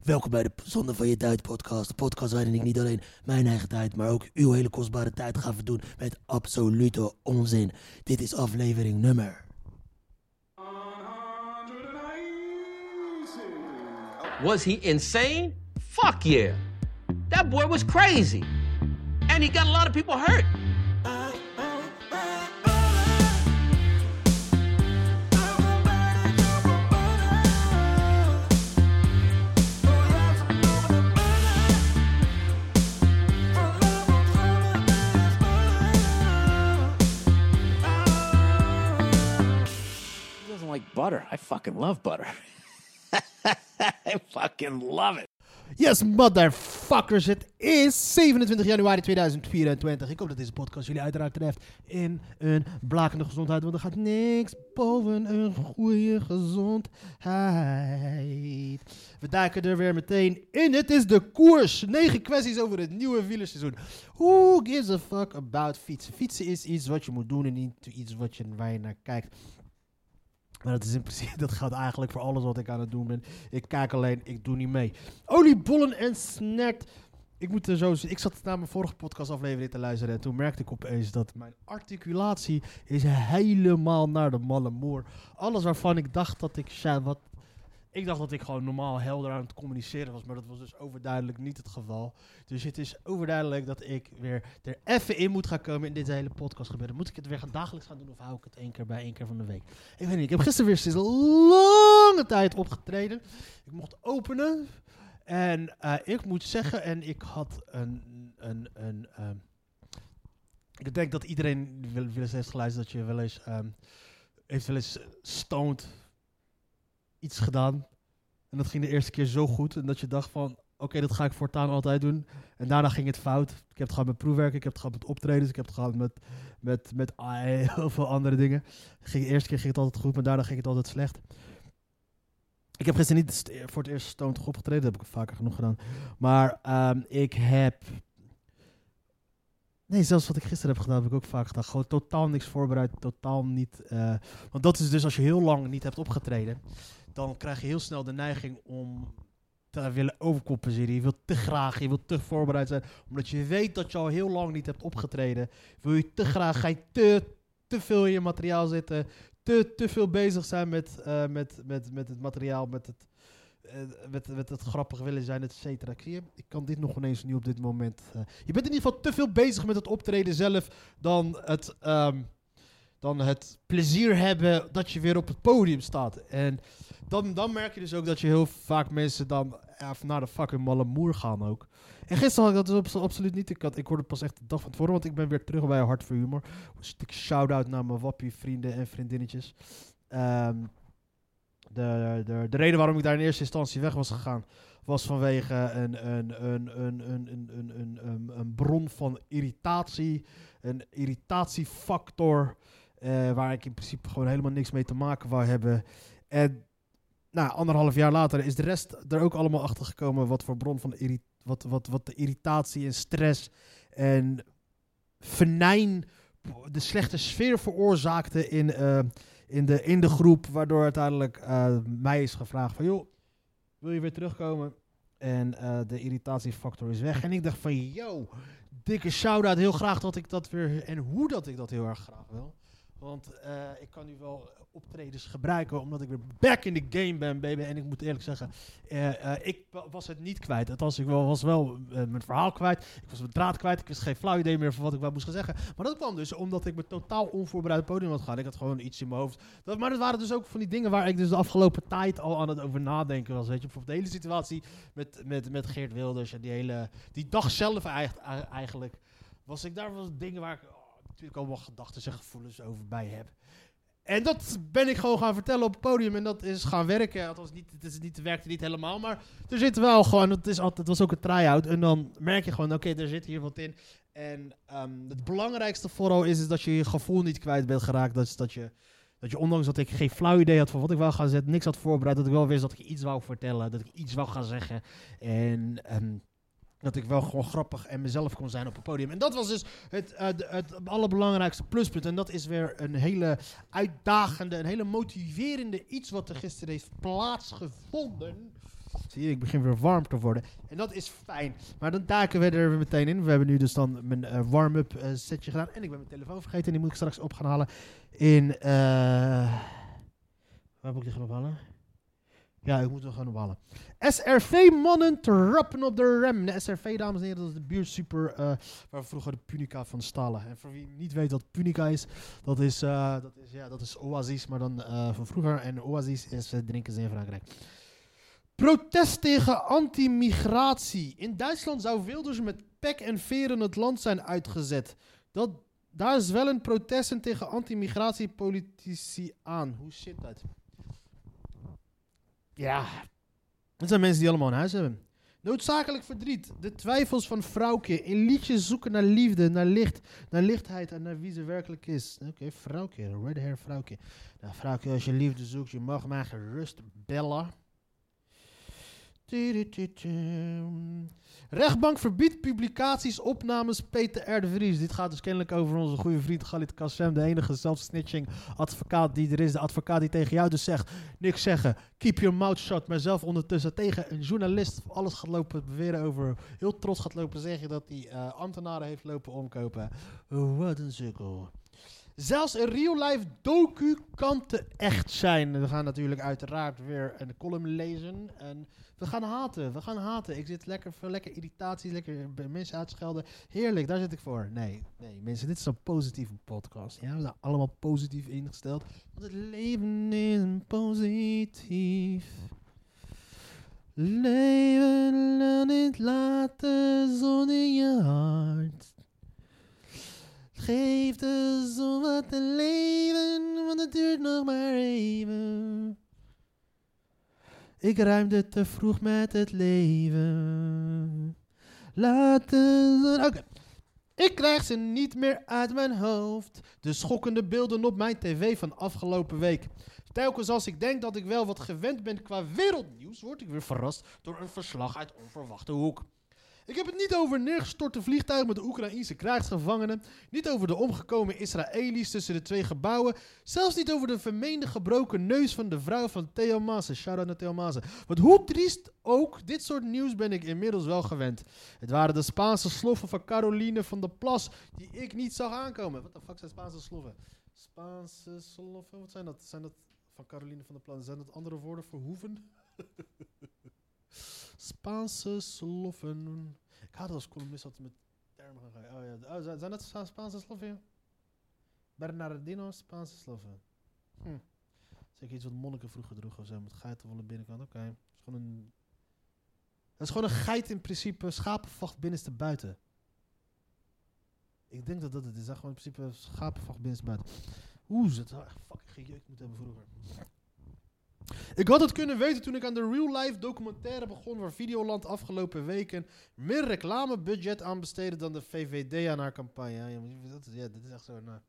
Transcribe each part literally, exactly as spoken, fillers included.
Welkom bij de Zonde van je Tijd podcast. De podcast waarin ik niet alleen mijn eigen tijd, maar ook uw hele kostbare tijd ga verdoen met absolute onzin. Dit is aflevering nummer... Was he insane? Fuck yeah. That boy was crazy. And he got a lot of people hurt. Like butter. I fucking love butter. I fucking love it. Yes, motherfuckers. Het is zevenentwintig januari tweeduizend vierentwintig. Ik hoop dat deze podcast jullie uiteraard treft in een blakende gezondheid. Want er gaat niks boven een goede gezondheid. We duiken er weer meteen in. Het is de koers. Negen kwesties over het nieuwe wielerseizoen. Who gives a fuck about fietsen? Fietsen is iets wat je moet doen en niet iets wat je, waar je naar kijkt. Maar dat is in principe, dat geldt eigenlijk voor alles wat ik aan het doen ben. Ik kijk alleen, ik doe niet mee. Oliebollen en snert. Ik moet er zo ik zat naar mijn vorige podcastaflevering te luisteren en toen merkte ik opeens dat mijn articulatie is helemaal naar de malle moer. Alles waarvan ik dacht dat ik, ja, wat, ik dacht dat ik gewoon normaal helder aan het communiceren was, maar dat was dus overduidelijk niet het geval. Dus het is overduidelijk dat ik weer er even in moet gaan komen in dit hele podcast gebeuren. Moet ik het weer gaan dagelijks gaan doen of hou ik het één keer bij één keer van de week? Ik weet niet, ik heb gisteren weer sinds lange tijd opgetreden. Ik mocht openen en uh, ik moet zeggen, en ik had een, een, een um, ik denk dat iedereen die wel eens heeft geluisterd dat je wel eens, um, heeft wel eens stoned iets gedaan. En dat ging de eerste keer zo goed. En dat je dacht van, oké, okay, dat ga ik voortaan altijd doen. En daarna ging het fout. Ik heb het gehad met proefwerken, ik heb het gehad met optredens, ik heb het gehad met, met, met uh, heel veel andere dingen. Ging, de eerste keer ging het altijd goed, maar daarna ging het altijd slecht. Ik heb gisteren niet voor het eerst stoned opgetreden, dat heb ik vaker genoeg gedaan. Maar um, ik heb... Nee, zelfs wat ik gisteren heb gedaan, heb ik ook vaak gedaan. Gewoon totaal niks voorbereid, totaal niet... Uh, want dat is dus als je heel lang niet hebt opgetreden, dan krijg je heel snel de neiging om te willen overcompenseren. Je wilt te graag, je wilt te voorbereid zijn. Omdat je weet dat je al heel lang niet hebt opgetreden, wil je te graag, ga je te, te veel in je materiaal zitten, te, te veel bezig zijn met, uh, met, met, met het materiaal, met het, uh, met, met het grappig willen zijn, et cetera. Zie je, ik kan dit nog ineens niet op dit moment. Uh, je bent in ieder geval te veel bezig met het optreden zelf dan het... Um, dan het plezier hebben dat je weer op het podium staat. En dan, dan merk je dus ook dat je heel vaak mensen dan even naar de fucking malle moer gaan ook. En gisteren had ik dat dus absoluut niet. Ik, had, ik hoorde pas echt de dag van tevoren, want ik ben weer terug bij Hart voor Humor. Een stuk shout-out naar mijn wappie vrienden en vriendinnetjes. Um, de, de, de reden waarom ik daar in eerste instantie weg was gegaan, was vanwege een, een, een, een, een, een, een, een, een bron van irritatie. Een irritatiefactor. Uh, waar ik in principe gewoon helemaal niks mee te maken wou hebben. En nou, anderhalf jaar later is de rest er ook allemaal achter gekomen wat voor bron van irri- wat, wat, wat de irritatie en stress en venijn de slechte sfeer veroorzaakte in, uh, in, de, in de groep, waardoor uiteindelijk uh, mij is gevraagd van, joh, wil je weer terugkomen? En uh, de irritatiefactor is weg. En ik dacht van, yo, dikke shout-out, heel graag dat ik dat weer, en hoe dat ik dat heel erg graag wil. Want uh, ik kan nu wel optredens gebruiken, omdat ik weer back in the game ben, baby. En ik moet eerlijk zeggen, uh, uh, ik was het niet kwijt. Althans, ik was wel uh, mijn verhaal kwijt. Ik was mijn draad kwijt. Ik wist geen flauw idee meer van wat ik wel moest gaan zeggen. Maar dat kwam dus omdat ik me totaal onvoorbereid op het podium had gaan. Ik had gewoon iets in mijn hoofd. Dat, maar dat waren dus ook van die dingen waar ik dus de afgelopen tijd al aan het over nadenken was. Weet je, bijvoorbeeld de hele situatie met, met, met Geert Wilders en die hele... Die dag zelf eigenlijk, eigenlijk was ik daar wel dingen waar ik... natuurlijk allemaal gedachten en gevoelens over bij heb. En dat ben ik gewoon gaan vertellen op het podium en dat is gaan werken. Het was niet, het is niet, het werkte niet helemaal, maar er zit wel gewoon, het, is altijd, het was ook een try-out. En dan merk je gewoon, oké, okay, er zit hier wat in. En um, het belangrijkste vooral is, is dat je je gevoel niet kwijt bent geraakt. Dat is dat je, dat je ondanks dat ik geen flauw idee had van wat ik wou gaan zetten, niks had voorbereid, dat ik wel wist dat ik iets wou vertellen, dat ik iets wou gaan zeggen. En... Um, dat ik wel gewoon grappig en mezelf kon zijn op het podium. En dat was dus het, uh, het, het allerbelangrijkste pluspunt. En dat is weer een hele uitdagende, een hele motiverende iets wat er gisteren heeft plaatsgevonden. Zie je, ik begin weer warm te worden. En dat is fijn. Maar dan duiken we er weer meteen in. We hebben nu dus dan mijn uh, warm-up uh, setje gedaan. En ik ben mijn telefoon vergeten. En die moet ik straks op gaan halen. In, uh, waar moet ik die gaan ophalen? Ja, ik moet hem gaan ophalen. S R V-mannen trappen op de rem. De S R V, dames en heren, dat is de biersuper uh, waar we vroeger de Punica van stalen. En voor wie niet weet wat Punica is, dat is, uh, dat is, ja, dat is Oasis, maar dan uh, van vroeger. En Oasis is uh, drinken ze in Frankrijk. Protest tegen anti-migratie. In Duitsland zou Wilders met pek en veren het land zijn uitgezet. Dat, daar is wel een protest tegen anti-migratiepolitici aan. Hoe zit dat? Ja, dat zijn mensen die allemaal een huis hebben. Noodzakelijk verdriet. De twijfels van Vrouwke. In liedjes zoeken naar liefde, naar licht, naar lichtheid en naar wie ze werkelijk is. Oké, okay, Vrouwke. Red hair Vrouwke. Nou, Vrouwke, als je liefde zoekt, je mag maar gerust bellen. Rechtbank verbiedt publicaties, opnames Peter R. de Vries. Dit gaat dus kennelijk over onze goede vriend Khalid Kassem, de enige zelfsnitching advocaat die er is. De advocaat die tegen jou dus zegt, niks zeggen, keep your mouth shut. Maar zelf ondertussen tegen een journalist alles gaat lopen beweren over, heel trots gaat lopen zeggen dat hij uh, ambtenaren heeft lopen omkopen. Oh, wat een sukkel. Zelfs een real-life docu kan te echt zijn. We gaan natuurlijk uiteraard weer een column lezen. En we gaan haten, we gaan haten. Ik zit lekker voor lekker irritaties, lekker mensen uitschelden. Heerlijk, daar zit ik voor. Nee, nee mensen, dit is een positieve podcast. Ja, we zijn allemaal positief ingesteld. Want het leven is positief. Leven, laat het laten, zon in je hart. Geef de zon wat te leven, want het duurt nog maar even. Ik ruimde te vroeg met het leven. Laat de zon... Oké. Okay. Ik krijg ze niet meer uit mijn hoofd. De schokkende beelden op mijn tv van afgelopen week. Telkens als ik denk dat ik wel wat gewend ben qua wereldnieuws, word ik weer verrast door een verslag uit onverwachte hoek. Ik heb het niet over neergestorte vliegtuigen met de Oekraïense krijgsgevangenen. Niet over de omgekomen Israëli's tussen de twee gebouwen. Zelfs niet over de vermeende gebroken neus van de vrouw van Theo Maassen. Shout-out naar Theo Maassen. Want hoe triest ook, dit soort nieuws ben ik inmiddels wel gewend. Het waren de Spaanse sloffen van Caroline van der Plas die ik niet zag aankomen. Wat de fuck zijn Spaanse sloffen? Spaanse sloffen? Wat zijn dat? Zijn dat van Caroline van der Plas? Zijn dat andere woorden voor hoeven? Spaanse sloffen. Ik had als columnist altijd met termen gaan gaan. Oh ja, oh, zijn dat Spaanse sloffen? Bernardino Spaanse sloffen. Hm. Zeker iets wat monniken vroeger droegen of zo, met geiten van de binnenkant. Oké, okay. Het is gewoon een... Dat is gewoon een geit in principe, schapenvacht binnenste buiten. Ik denk dat dat het is. Dat gewoon in principe schapenvacht binnenste buiten. Oeh, ze had fucking gejeukt moeten hebben vroeger. Ik had het kunnen weten toen ik aan de real-life documentaire begon waar Videoland afgelopen weken meer reclamebudget aan besteedde dan de V V D aan haar campagne. Ja, dat is, ja dit is echt zo'n uh,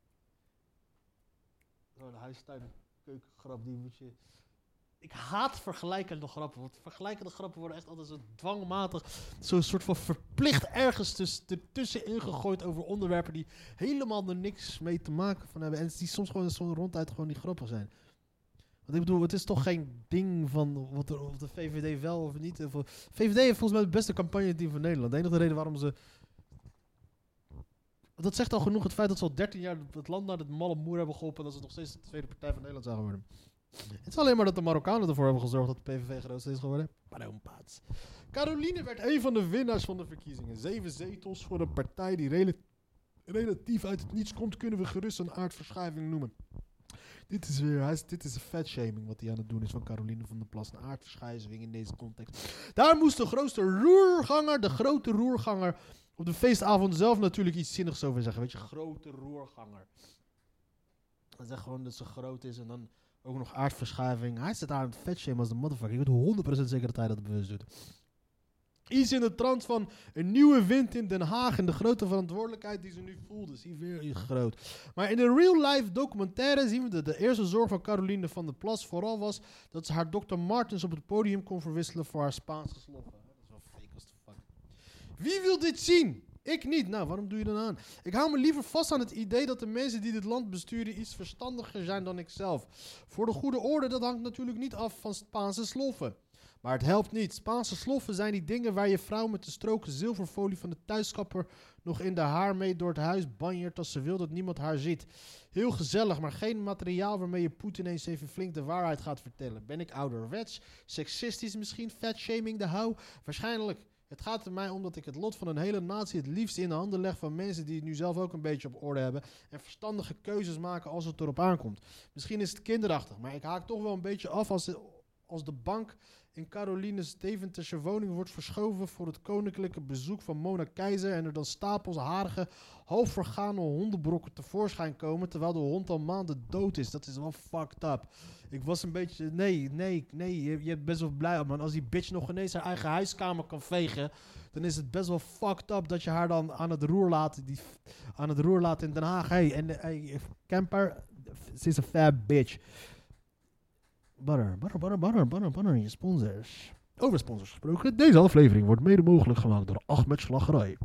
zo huistuin keukengrap. Die moet je... Ik haat vergelijkende grappen, want vergelijkende grappen worden echt altijd zo dwangmatig, zo'n soort van verplicht ergens tuss- ertussenin gegooid over onderwerpen die helemaal er niks mee te maken van hebben en die soms gewoon zo ronduit gewoon niet grappig zijn. Want ik bedoel, het is toch geen ding van wat er, of de V V D wel of niet. Of, V V D heeft volgens mij het beste campagneteam van Nederland. De enige reden waarom ze... Dat zegt al genoeg het feit dat ze al dertien jaar het land naar de malle moer hebben geholpen en dat ze nog steeds de tweede partij van Nederland zijn geworden. Het is alleen maar dat de Marokkanen ervoor hebben gezorgd dat de P V V grootste is geworden. Parampaats. Caroline werd een van de winnaars van de verkiezingen. Zeven zetels voor een partij die rela- relatief uit het niets komt, kunnen we gerust een aardverschuiving noemen. Dit is weer, hij is, dit is een fatshaming wat hij aan het doen is van Caroline van der Plas. Een aardverschuiving in deze context. Daar moest de grootste roerganger, de grote roerganger, op de feestavond zelf natuurlijk iets zinnigs over zeggen. Weet je, grote roerganger. Hij zegt gewoon dat ze groot is en dan ook nog aardverschuiving. Hij zit daar aan het fatshamen als de motherfucker. Ik weet honderd procent zeker dat hij dat bewust doet. Iets in de trant van een nieuwe wind in Den Haag en de grote verantwoordelijkheid die ze nu voelde. Zie weer iets groot. Maar in de real-life documentaire zien we dat de eerste zorg van Caroline van der Plas vooral was dat ze haar dokter Martens op het podium kon verwisselen voor haar Spaanse sloffen. Dat is wel fake as the fuck. Wie wil dit zien? Ik niet. Nou, waarom doe je dan aan? Ik hou me liever vast aan het idee dat de mensen die dit land besturen iets verstandiger zijn dan ik zelf. Voor de goede orde, dat hangt natuurlijk niet af van Spaanse sloffen. Maar het helpt niet. Spaanse sloffen zijn die dingen waar je vrouw met de stroken zilverfolie van de thuiskapper nog in de haar mee door het huis banjert als ze wil dat niemand haar ziet. Heel gezellig, maar geen materiaal waarmee je Poetin eens even flink de waarheid gaat vertellen. Ben ik ouderwets? Seksistisch misschien? Fatshaming de hou? Waarschijnlijk. Het gaat er mij om dat ik het lot van een hele natie het liefst in de handen leg van mensen die het nu zelf ook een beetje op orde hebben en verstandige keuzes maken als het erop aankomt. Misschien is het kinderachtig, maar ik haak toch wel een beetje af als, als de bank in Caroline's Deventerse woning wordt verschoven voor het koninklijke bezoek van Mona Keizer en er dan stapels harige, half vergane hondenbrokken tevoorschijn komen terwijl de hond al maanden dood is. Dat is wel fucked up. Ik was een beetje... Nee, nee, nee. Je, je bent best wel blij, man. Als die bitch nog ineens haar eigen huiskamer kan vegen, dan is het best wel fucked up dat je haar dan aan het roer laat, die, aan het roer laat in Den Haag. Hey, en hey, Kemper, ze is een fat bitch. Butter, butter, butter, butter, butter, butter, je sponsors. Over sponsors gesproken. Deze aflevering wordt mede mogelijk gemaakt door Ahmed Slagerij.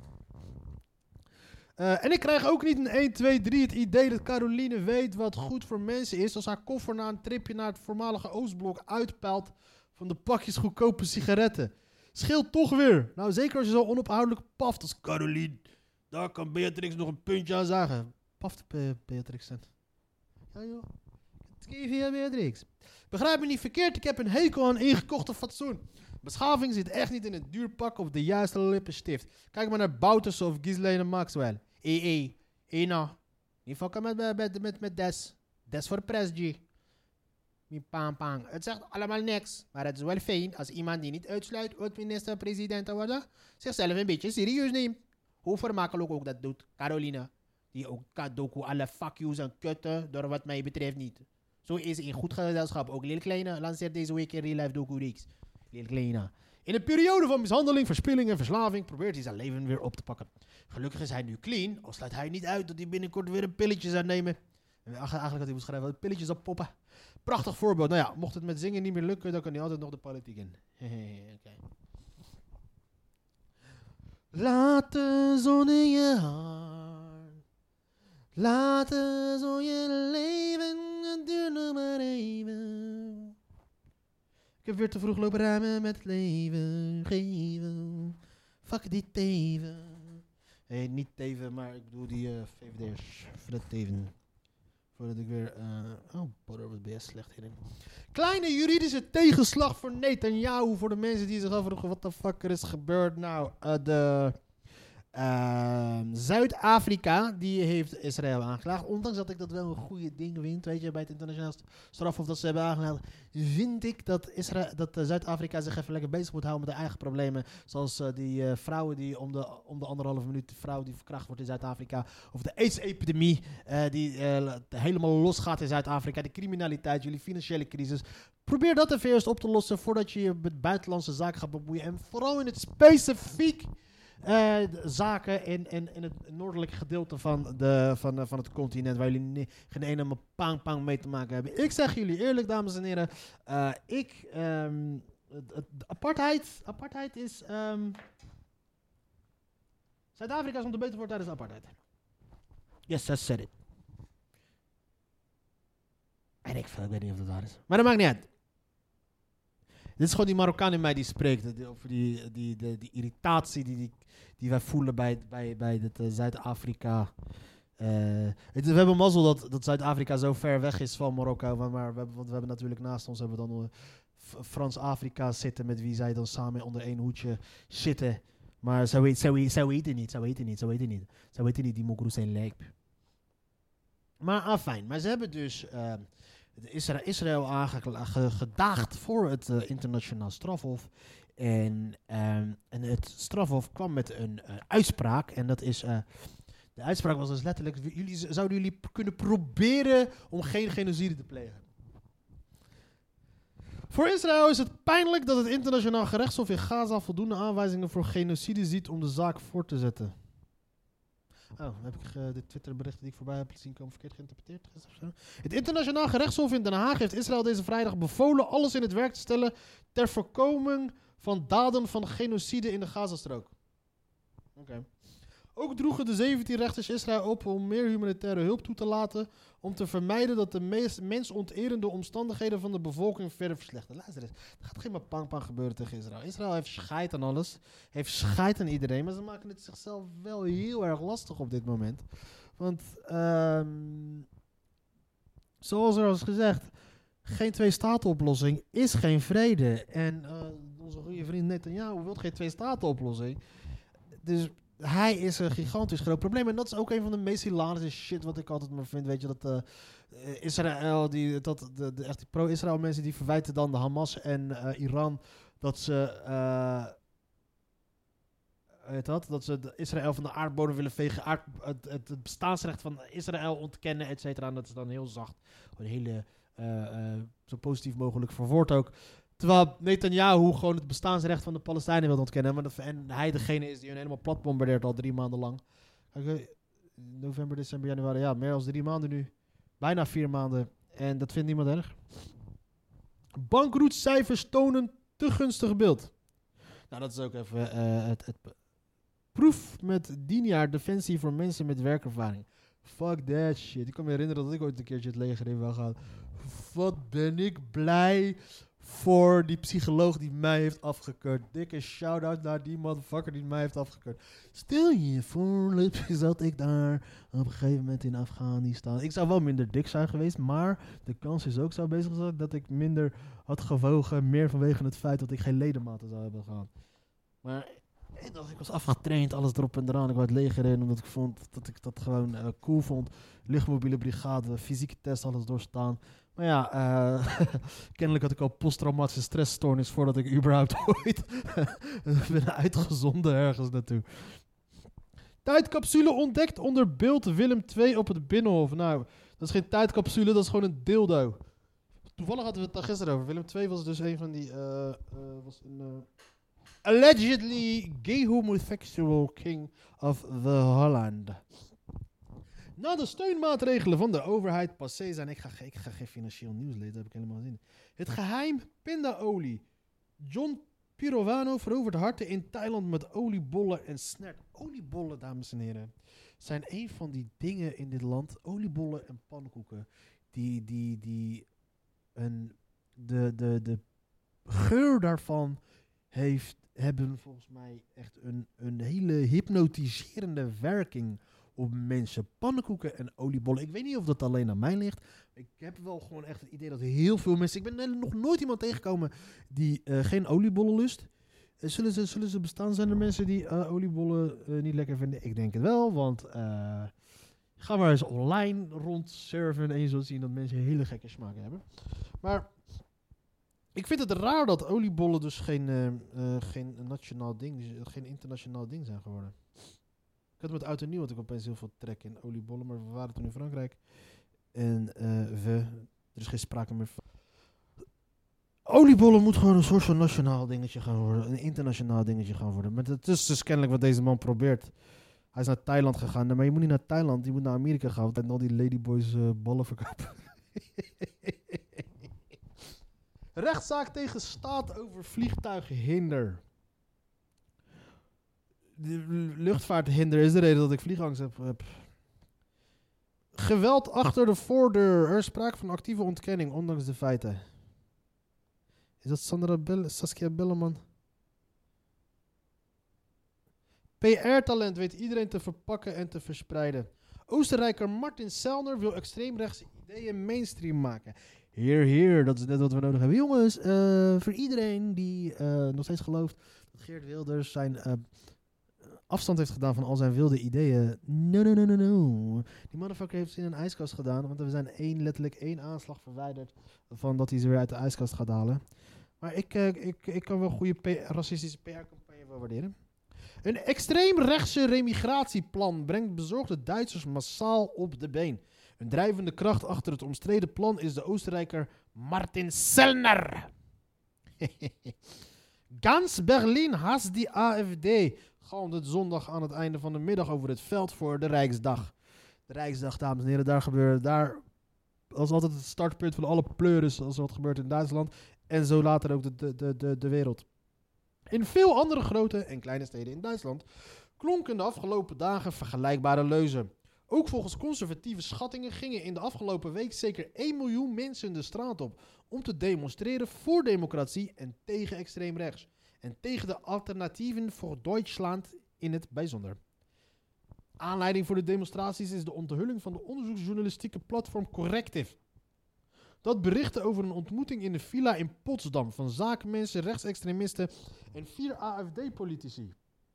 Uh, en ik krijg ook niet een één, twee, drie het idee dat Caroline weet wat goed voor mensen is als haar koffer na een tripje naar het voormalige Oostblok uitpeilt van de pakjes goedkope sigaretten. Scheelt toch weer. Nou, zeker als je zo onophoudelijk paft als Caroline. Daar kan Beatrix nog een puntje aan zagen. Paft Be- Beatrix dan. Ja joh. Geef je Beatrix. Begrijp me niet verkeerd, ik heb een hekel aan ingekochte fatsoen. Beschaving zit echt niet in een duur pak of de juiste lippenstift. Kijk maar naar Bouters of Ghislaine Maxwell. E E. Ena. Niet fokken met, met, met, met Des. Des voor pres, G. Mi pang pang. Het zegt allemaal niks. Maar het is wel fijn als iemand die niet uitsluit ooit minister-president te worden, zichzelf een beetje serieus neemt. Hoe vermakelijk ook dat doet. Caroline. Die ook kadoku alle fuck yous en kutten, door wat mij betreft niet. Zo is in goed gezelschap. Ook Lil Kleine lanceert deze week in Real Life Doku Reeks. Lil Kleine. In een periode van mishandeling, verspilling en verslaving probeert hij zijn leven weer op te pakken. Gelukkig is hij nu clean, al sluit hij niet uit dat hij binnenkort weer een pilletje zou nemen. En eigenlijk had hij moeten schrijven, pilletjes op poppen. Prachtig voorbeeld. Nou ja, mocht het met zingen niet meer lukken, dan kan hij altijd nog de politiek in. Okay. Laat de zon in je haar. Laat de zon je leven, het duurt nog maar even. Ik heb weer te vroeg lopen ruimen met het leven. Geven. Fuck die Teven. Nee, hey, niet Teven, maar ik bedoel die uh, V V D'ers. Fred Teven. Voordat ik weer... Uh, oh, Potter, wat ben je slecht hierin. Kleine juridische tegenslag voor Netanyahu. Voor de mensen die zich afvragen wat de fuck er is gebeurd. Nou, uh, de... Uh, Zuid-Afrika, die heeft Israël aangeklaagd. Ondanks dat ik dat wel een goede ding vind, weet je, bij het internationaal strafhof dat ze hebben aangeklaagd, vind ik dat, Isra- dat uh, Zuid-Afrika zich even lekker bezig moet houden met de eigen problemen. Zoals uh, die uh, vrouwen die om de, om de anderhalve minuut, de vrouw die verkracht wordt in Zuid-Afrika. Of de AIDS-epidemie uh, die uh, helemaal losgaat in Zuid-Afrika. De criminaliteit, jullie financiële crisis. Probeer dat even eerst op te lossen voordat je je met buitenlandse zaken gaat bemoeien. En vooral in het specifiek Uh, zaken in, in, in het noordelijke gedeelte van, de, van, uh, van het continent waar jullie ne- geen ene pang pang mee te maken hebben. Ik zeg jullie eerlijk, dames en heren, uh, ik, um, het, het, apartheid, apartheid is, um, Zuid-Afrika is om te beter voor tijdens de apartheid. Yes, I said it. En ik, ik weet niet of dat waar is. Maar dat maakt niet uit. Dit is gewoon die Marokkaan in mij die spreekt. Die, over die, die, die, die irritatie die, die, die wij voelen bij, bij, bij dit, uh, Zuid-Afrika. Uh, het, we hebben mazzel dat, dat Zuid-Afrika zo ver weg is van Marokko. Maar, maar we hebben, want we hebben natuurlijk naast ons hebben we dan uh, F- Frans-Afrika zitten. Met wie zij dan samen onder één hoedje zitten. Maar zo weet, zo, zo weet het niet. Zo weet het niet. Zo weet het niet. Zo weet het niet. Die mokroes zijn lijp. Maar afijn. Maar ze hebben dus... Uh, Isra- Israël aangedaagd voor het uh, internationaal strafhof. En, um, en het strafhof kwam met een uh, uitspraak. En dat is... Uh, de uitspraak was dus letterlijk... Jullie, zouden jullie p- kunnen proberen om geen genocide te plegen? Voor Israël is het pijnlijk dat het internationaal gerechtshof in Gaza voldoende aanwijzingen voor genocide ziet om de zaak voor te zetten. Oh, heb ik uh, de Twitterberichten die ik voorbij heb zien komen verkeerd geïnterpreteerd? Het internationaal gerechtshof in Den Haag heeft Israël deze vrijdag bevolen alles in het werk te stellen ter voorkoming van daden van genocide in de Gazastrook. Oké. Okay. Ook droegen de zeventien rechters Israël op om meer humanitaire hulp toe te laten, om te vermijden dat de meest mensonterende omstandigheden van de bevolking verder verslechteren. Luister eens, er gaat geen pang-pang gebeuren tegen Israël. Israël heeft scheid aan alles, heeft scheid aan iedereen, maar ze maken het zichzelf wel heel erg lastig op dit moment. Want, um, zoals er al is gezegd, geen twee-staten-oplossing is geen vrede. En uh, onze goede vriend Netanyahu wil geen twee-staten-oplossing. Dus hij is een gigantisch groot probleem. En dat is ook een van de meest hilarische shit wat ik altijd maar vind. Weet je, dat uh, Israël, die, dat, de, de, echt die pro-Israël mensen, die verwijten dan de Hamas en uh, Iran dat ze... Uh, weet dat? Dat ze de Israël van de aardbodem willen vegen, aard, het, het, het bestaansrecht van Israël ontkennen, et cetera. En dat is dan heel zacht. Een hele, uh, uh, zo positief mogelijk verwoord ook. Terwijl Netanyahu gewoon het bestaansrecht van de Palestijnen wil ontkennen. Maar dat, en hij degene is die hun helemaal plat bombardeert al drie maanden lang. Kijk, november, december, januari, ja, meer dan drie maanden nu. Bijna vier maanden. En dat vindt niemand erg. Bankroetcijfers tonen te gunstig beeld. Nou, dat is ook even uh, het, het proef met tien jaar defensie voor mensen met werkervaring. Fuck that shit. Ik kan me herinneren dat ik ooit een keertje het leger in wil gaan. Wat ben ik blij voor die psycholoog die mij heeft afgekeurd. Dikke shout-out naar die motherfucker die mij heeft afgekeurd. Stel je voor, zat ik daar op een gegeven moment in Afghanistan. Ik zou wel minder dik zijn geweest, maar de kans is ook zo bezig zijn dat ik minder had gewogen, meer vanwege het feit dat ik geen ledematen zou hebben gehad. Maar ik, dacht, ik was afgetraind, alles erop en eraan. Ik wou het leger in, omdat ik vond dat ik dat gewoon uh, cool vond. Lichtmobiele brigade, fysieke test, alles doorstaan. Maar ja, uh, kennelijk had ik al posttraumatische stressstoornis voordat ik überhaupt ooit ben uitgezonden ergens naartoe. Tijdcapsule ontdekt onder beeld Willem twee op het Binnenhof. Nou, dat is geen tijdcapsule, dat is gewoon een dildo. Toevallig hadden we het daar gisteren over. Willem twee was dus een van die... Uh, uh, was een, uh, allegedly gay homosexual king of the Holland. Na de steunmaatregelen van de overheid passé zijn... Ik ga, ik ga geen financieel nieuws lezen, dat heb ik helemaal zin in. Het geheim pindaolie. John Pirovano verovert harten in Thailand met oliebollen en snert. Oliebollen, dames en heren, zijn een van die dingen in dit land. Oliebollen en pannenkoeken. Die, die, die... Een, de, de, de geur daarvan heeft, hebben volgens mij echt een, een hele hypnotiserende werking op mensen. Pannenkoeken en oliebollen. Ik weet niet of dat alleen aan mij ligt. Ik heb wel gewoon echt het idee dat heel veel mensen... Ik ben nog nooit iemand tegengekomen die uh, geen oliebollen lust. Uh, zullen, ze, zullen ze bestaan? Zijn er mensen die uh, oliebollen uh, niet lekker vinden? Ik denk het wel, want... Uh, ga maar eens online rondsurfen en je zult zien dat mensen hele gekke smaken hebben. Maar ik vind het raar dat oliebollen dus geen, uh, uh, geen nationaal ding, geen internationaal ding zijn geworden. Ik had met oud en nieuw, want ik opeens heel veel trek in oliebollen, maar we waren toen in Frankrijk. En uh, we, er is geen sprake meer van. Oliebollen moet gewoon een soort van nationaal dingetje gaan worden, een internationaal dingetje gaan worden. Maar dat is dus kennelijk wat deze man probeert. Hij is naar Thailand gegaan. Maar je moet niet naar Thailand, je moet naar Amerika gaan. En al die ladyboys uh, ballen verkopen. Rechtszaak tegen staat over vliegtuighinder. De luchtvaarthinder is de reden dat ik vliegangst heb. heb. Geweld achter de voordeur. Er is sprake van actieve ontkenning, ondanks de feiten. Is dat Sandra Bell, Saskia Belleman? P R-talent weet iedereen te verpakken en te verspreiden. Oostenrijker Martin Sellner wil extreemrechtse ideeën mainstream maken. Heer, heer, dat is net wat we nodig hebben. Jongens, uh, voor iedereen die uh, nog steeds gelooft dat Geert Wilders zijn uh, afstand heeft gedaan van al zijn wilde ideeën. No, no, no, no, no. Die motherfucker heeft ze in een ijskast gedaan, want we zijn één, letterlijk één aanslag verwijderd van dat hij ze weer uit de ijskast gaat halen. Maar ik, uh, ik, ik kan wel goede P- racistische P R-campagne wel waarderen. Een extreemrechtse remigratieplan brengt bezorgde Duitsers massaal op de been. Een drijvende kracht achter het omstreden plan is de Oostenrijker Martin Sellner. Gans Berlin haast die A F D. Galmde zondag aan het einde van de middag over het veld voor de Rijksdag. De Rijksdag, dames en heren, daar gebeurt daar als altijd het startpunt van alle pleuris als wat gebeurt in Duitsland. En zo later ook de, de, de, de, de wereld. In veel andere grote en kleine steden in Duitsland klonken de afgelopen dagen vergelijkbare leuzen. Ook volgens conservatieve schattingen gingen in de afgelopen week zeker één miljoen mensen de straat op om te demonstreren voor democratie en tegen extreem rechts. En tegen de alternatieven voor Duitsland in het bijzonder. Aanleiding voor de demonstraties is de onthulling van de onderzoeksjournalistieke platform Corrective. Dat berichtte over een ontmoeting in de villa in Potsdam van zakenmensen, rechtsextremisten en vier A F D-politici.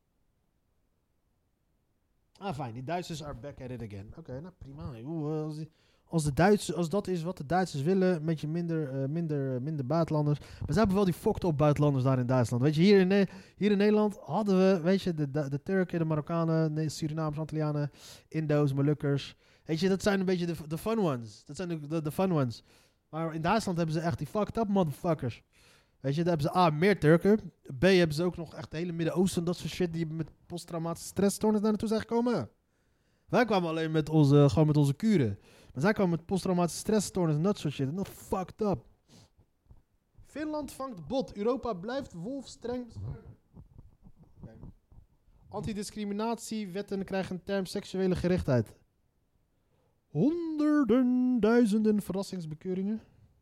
Ah, fijn. Die Duitsers are back at it again. Oké, okay, nou prima. Oeh, als, die, als, de Duitsers, als dat is wat de Duitsers willen, een beetje minder, uh, minder, minder buitenlanders. Maar ze hebben wel die fucked up buitenlanders daar in Duitsland. Weet je, hier in, ne- hier in Nederland hadden we, weet je, de, de, de Turken, de Marokkanen, de Surinamers, Antillianen, Indo's, Molukkers. Weet je, dat zijn een beetje de, de fun ones. Dat zijn de, de, de fun ones. Maar in Duitsland hebben ze echt die fucked up motherfuckers. Weet je, daar hebben ze A, meer Turken. B, hebben ze ook nog echt het hele Midden-Oosten, dat soort shit, die met posttraumatische stressstoornis daar naartoe zijn gekomen. Wij kwamen alleen met onze, gewoon met onze kuren. Maar zij kwamen met posttraumatische stressstoornis en dat soort shit. En dat fucked up. Finland vangt bot. Europa blijft wolf streng beschermen. Okay. Antidiscriminatiewetten krijgen een term seksuele gerichtheid. Honderden, duizenden verrassingsbekeuringen.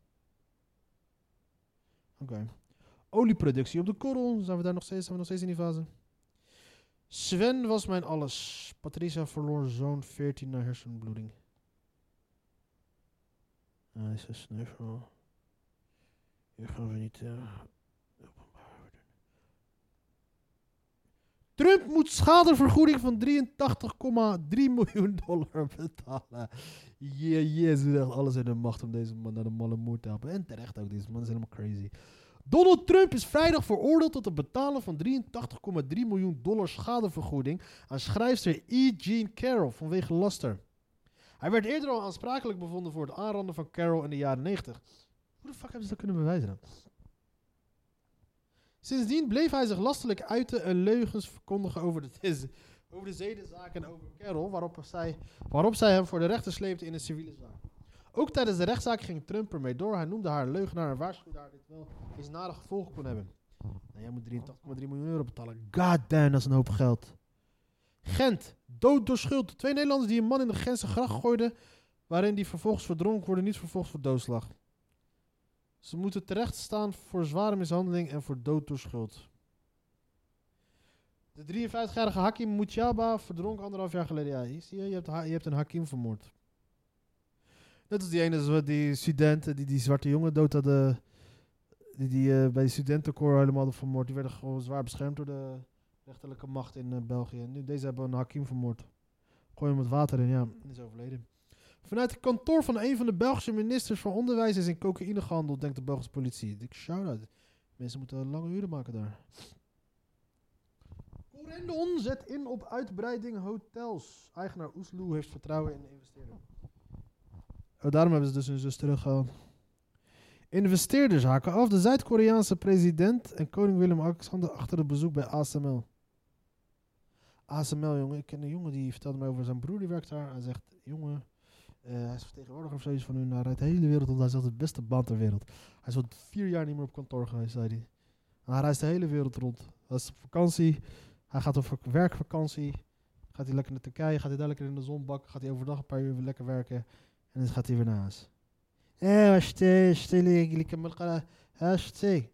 Oké. Okay. Olieproductie op de korrel. Zijn we daar nog steeds? Zijn we nog steeds in die fase? Sven was mijn alles. Patricia verloor zoon veertien na hersenbloeding. Ah, hij is een snuffel. Hier gaan we niet... Uh, Trump moet schadevergoeding van drieëntachtig komma drie miljoen dollar betalen. Yeah, yeah, ze doen echt alles in hun macht om deze man naar de malle moed te helpen. En terecht ook, deze man is helemaal crazy. Donald Trump is vrijdag veroordeeld tot het betalen van drieëntachtig komma drie miljoen dollar schadevergoeding aan schrijfster E. Jean Carroll vanwege laster. Hij werd eerder al aansprakelijk bevonden voor het aanranden van Carroll in de jaren negentig. Hoe de fuck hebben ze dat kunnen bewijzen dan? Sindsdien bleef hij zich lastelijk uiten en leugens verkondigen over de, over de zedenzaak en over Carroll, waarop zij, waarop zij hem voor de rechter sleepte in een civiele zaak. Ook tijdens de rechtszaak ging Trump ermee door. Hij noemde haar een leugenaar en waarschuwde haar dit wel eens nare gevolgen kon hebben. Nou, jij moet drieëntachtig komma drie miljoen euro betalen. God damn, dat is een hoop geld. Gent, dood door schuld. Twee Nederlanders die een man in de Gentse gracht gooiden, waarin die vervolgens verdronken worden, niet vervolgd voor doodslag. Ze moeten terecht staan voor zware mishandeling en voor dood door schuld. De drieënvijftigjarige Hakim Mutjaba verdronk anderhalf jaar geleden. Ja, zie je, je hebt, je hebt een Hakim vermoord. Net als die ene, die studenten, die die zwarte jongen dood hadden, die, die uh, bij de studentenkoor helemaal hadden vermoord. Die werden gewoon zwaar beschermd door de rechterlijke macht in uh, België. En nu deze hebben een Hakim vermoord. Gooi hem met water in, ja, en is overleden. Vanuit het kantoor van een van de Belgische ministers van Onderwijs is in cocaïne gehandeld, denkt de Belgische politie. Ik shout-out. Mensen moeten lange uren maken daar. Corendon zet in op uitbreiding hotels. Eigenaar Oesloe heeft vertrouwen in de investeerder. Oh, daarom hebben ze dus hun zus teruggehaald. Investeerders haken af. De Zuid-Koreaanse president en koning Willem-Alexander achter het bezoek bij A S M L. A S M L, jongen. Ik ken een jongen die vertelde mij over zijn broer, die werkt daar. Hij zegt, jongen, uh, hij is vertegenwoordiger of zoiets van hun. Hij rijdt de hele wereld rond. Hij zegt, het beste baan ter wereld. Hij is al vier jaar niet meer op kantoor geweest, zei hij. En hij reist de hele wereld rond. Hij is op vakantie. Hij gaat op werkvakantie. Gaat hij lekker naar Turkije. Gaat hij daar lekker in de zon bakken. Gaat hij overdag een paar uur lekker werken. En dan gaat hij weer naar huis. Eh, wat stil, stil, ik heb me stil.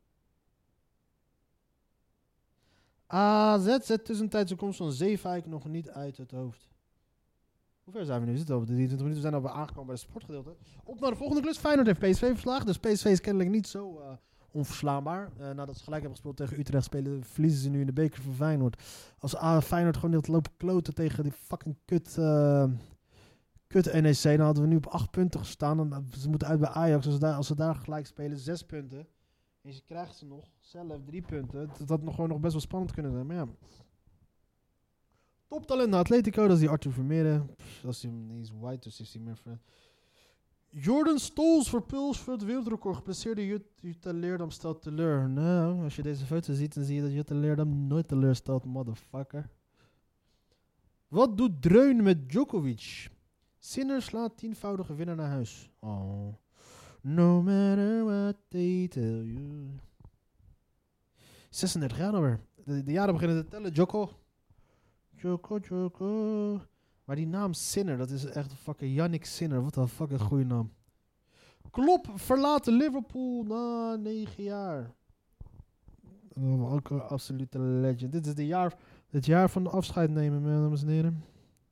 A Z zet tussentijdse komst van Zeefuik nog niet uit het hoofd. Hoe ver zijn we nu? We zitten over de drieëntwintig minuten. We zijn alweer aangekomen bij het sportgedeelte. Op naar de volgende klus. Feyenoord heeft P S V verslagen. Dus P S V is kennelijk niet zo uh, onverslaanbaar. Uh, nadat ze gelijk hebben gespeeld tegen Utrecht, spelen, verliezen ze nu in de beker van Feyenoord. Als uh, Feyenoord gewoon niet lopen kloten tegen die fucking kut... Uh, Kut N E C, dan hadden we nu op acht punten gestaan. Dan, ze moeten uit bij Ajax. Als ze, daar, als ze daar gelijk spelen, zes punten. En ze krijgen ze nog zelf drie punten. Dat had nog gewoon nog best wel spannend kunnen zijn. Maar ja. Toptalent naar Atletico, dat is die Arthur Vermeeren. Dat is die, die is white, dus is hij meer... Ver... Jordan Stolz voor Puls voor het wereldrecord. Geplaceerde Jut, Jutta Leerdam stelt teleur. Nou, als je deze foto ziet, dan zie je dat Jutta Leerdam nooit teleur stelt, motherfucker. Wat doet Dreun met Djokovic? Sinner slaat tienvoudige winnaar naar huis. Oh. No matter what they tell you. zesendertig jaar alweer. De, de jaren beginnen te tellen, Joko. Choco, Choco. Maar die naam Sinner, dat is echt fucking Yannick Sinner. Wat een fucking goede naam. Klopp verlaat Liverpool na negen jaar. Oh, ook een absolute legend. Dit is de jaar, het jaar van de afscheid nemen, mijn dames en heren.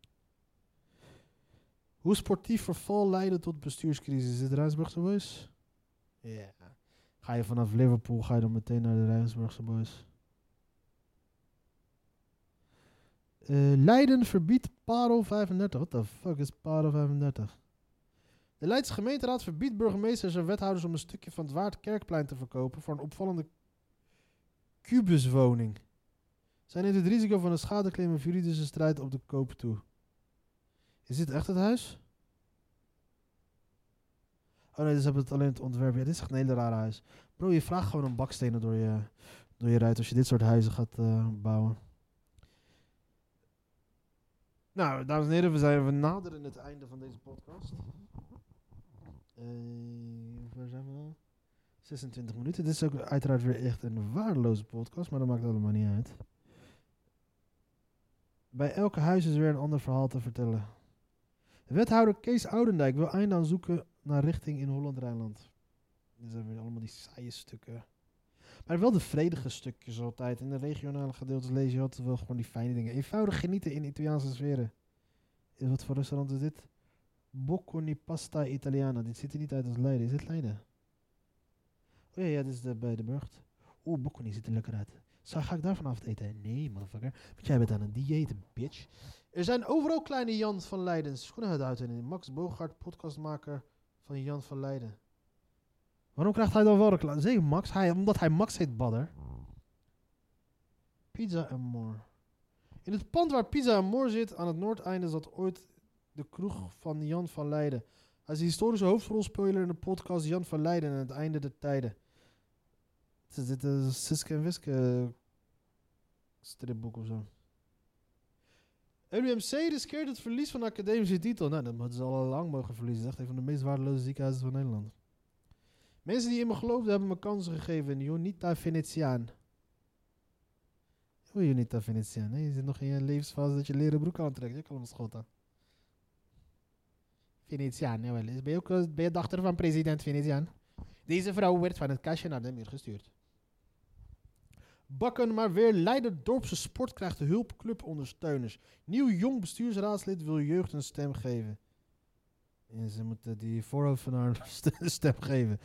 Hoe sportief verval leidde tot bestuurscrisis? Is het Rijnsburgse Boys? Ja. Yeah. Ga je vanaf Liverpool, ga je dan meteen naar de Rijnsburgse Boys. Uh, Leiden verbiedt Paro vijfendertig. What the fuck is Paro vijfendertig? De Leidse gemeenteraad verbiedt burgemeesters en wethouders om een stukje van het Waardkerkplein te verkopen voor een opvallende kubuswoning. Zij neemt het risico van een schadeclaim of juridische strijd op de koop toe. Is dit echt het huis? Oh nee, dus hebben het alleen het ontwerp. Ja, dit is echt een hele rare huis. Bro, je vraagt gewoon om bakstenen door je, door je ruit als je dit soort huizen gaat uh, bouwen. Nou, dames en heren, we zijn we naderen het einde van deze podcast. Uh, waar zijn we nou? zesentwintig minuten. Dit is ook uiteraard weer echt een waardeloze podcast, maar dat maakt allemaal niet uit. Bij elke huis is weer een ander verhaal te vertellen. Wethouder Kees Oudendijk wil einde aan zoeken naar richting in Holland-Rijnland. Dit zijn weer allemaal die saaie stukken. Maar wel de vredige stukjes altijd. In de regionale gedeeltes lees je altijd wel gewoon die fijne dingen. Eenvoudig genieten in Italiaanse sferen. Wat voor restaurant is dit? Bocconi Pasta Italiana. Dit ziet er niet uit als Leiden. Is dit Leiden? Oh ja, ja, dit is de, bij de Burgt. Oeh, Bocconi ziet er lekker uit. Zo, ga ik daar vanavond eten? Nee, motherfucker. Want jij bent aan een dieet, bitch. Er zijn overal kleine Jan van Leiden. Schoenenhuid in. Max Bogaert, podcastmaker van Jan van Leiden. Waarom krijgt hij dan wel reclame? Zeker Max. Hij, omdat hij Max heet, badder. Pizza and More. In het pand waar Pizza and More zit, aan het noordeinde, zat ooit de kroeg van Jan van Leiden. Hij is de historische hoofdrolspeler in de podcast Jan van Leiden aan het einde der tijden. Het is dit een Siske en Wiske stripboek of zo. L U M C riskeert het verlies van de academische titel. Nou, dat hadden ze al lang mogen verliezen. Dat is echt een van de meest waardeloze ziekenhuizen van Nederland. Mensen die in me geloofden hebben me kansen gegeven. Jonita Venetiaan. Hoe Jonita Venetiaan? Nee, je zit nog in je levensfase dat je leren broek aantrekt. Je kan hem schotten. Venetiaan, jawel. Ben je ook ben je dochter van president Venetiaan? Deze vrouw werd van het kastje naar de muur gestuurd. Bakken maar weer. Leiden Dorpse Sport krijgt de hulpclub ondersteuners. Nieuw jong bestuursraadslid wil jeugd een stem geven. En ze moeten die voorhoofd van haar een stem geven.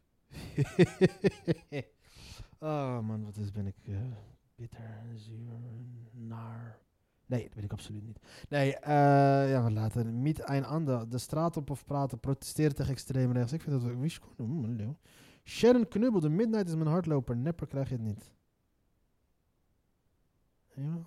Oh man, wat is ben ik uh, bitter, zuur, naar. Nee, dat weet ik absoluut niet. Nee, uh, ja, we laten niet een ander de straat op of praten, protesteren tegen extreem rechts. Ik vind dat we wist gewoon. Sharon Knubbel, de Midnight is mijn hardloper. Nepper krijg je het niet. Ja.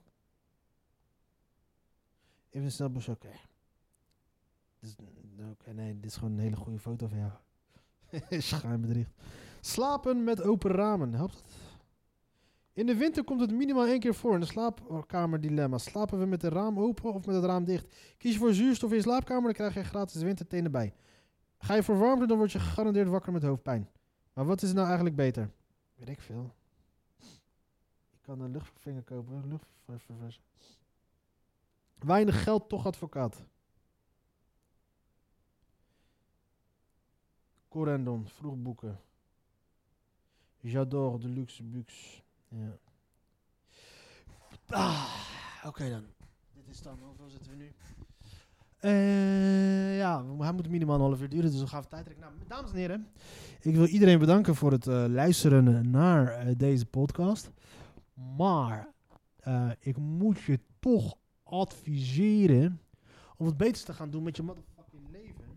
Even snel bus, oké. Okay. Oké, okay, nee, dit is gewoon een hele goede foto van jou. Schijnbedriegt. Slapen met open ramen, helpt het? In de winter komt het minimaal één keer voor in de slaapkamerdilemma. Slapen we met de raam open of met het raam dicht? Kies je voor zuurstof in je slaapkamer, dan krijg je gratis wintertenen bij. Ga je voor warmte, dan word je gegarandeerd wakker met hoofdpijn. Maar wat is nou eigenlijk beter? Weet ik veel. Ik kan een luchtvervinger kopen, luchtverversen. Weinig geld, toch advocaat. Corendon, vroeg boeken. J'adore, de luxe bux. Ja. Ah, oké okay dan. Dit is dan, hoeveel zitten we nu? Uh, ja, hij moet minimaal een half uur duren, dus we gaan even tijd trekken. Nou, dames en heren, ik wil iedereen bedanken voor het uh, luisteren naar uh, deze podcast. Maar uh, ik moet je toch adviseren om het beter te gaan doen met je motherfucking leven.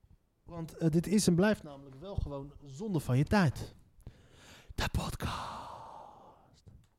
Want uh, dit is en blijft namelijk wel gewoon zonde van je tijd. De podcast.